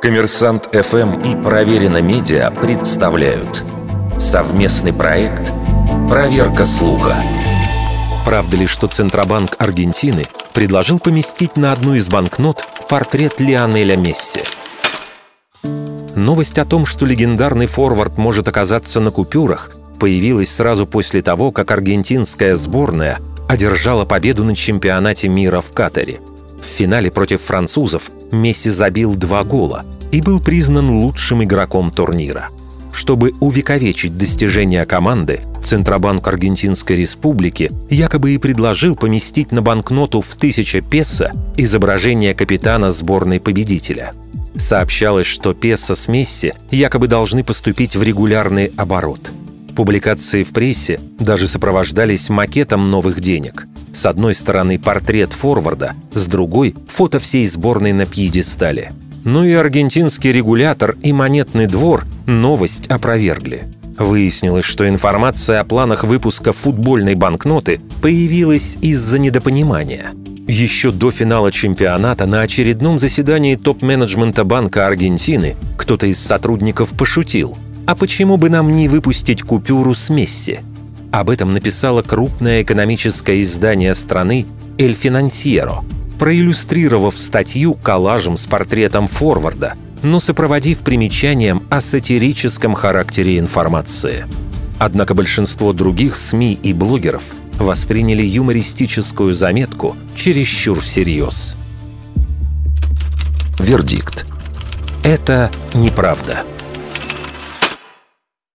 Коммерсант ФМ и Проверено Медиа представляют совместный проект «Проверка слуха». Правда ли, что Центробанк Аргентины предложил поместить на одну из банкнот портрет Лионеля Месси? Новость о том, что легендарный форвард может оказаться на купюрах, появилась сразу после того, как аргентинская сборная одержала победу на чемпионате мира в Катаре. В финале против французов Месси забил 2 гола и был признан лучшим игроком турнира. Чтобы увековечить достижения команды, Центробанк Аргентинской Республики якобы и предложил поместить на банкноту в 1000 песо изображение капитана сборной победителя. Сообщалось, что песо с Месси якобы должны поступить в регулярный оборот. Публикации в прессе даже сопровождались макетом новых денег. С одной стороны портрет форварда, с другой — фото всей сборной на пьедестале. Ну и аргентинский регулятор и монетный двор новость опровергли. Выяснилось, что информация о планах выпуска футбольной банкноты появилась из-за недопонимания. Еще до финала чемпионата на очередном заседании топ-менеджмента Банка Аргентины кто-то из сотрудников пошутил: «А почему бы нам не выпустить купюру с Месси?» Об этом написало крупное экономическое издание страны «Эль Финансьеро», проиллюстрировав статью коллажем с портретом форварда, но сопроводив примечанием о сатирическом характере информации. Однако большинство других СМИ и блогеров восприняли юмористическую заметку чересчур всерьез. Вердикт. Это неправда.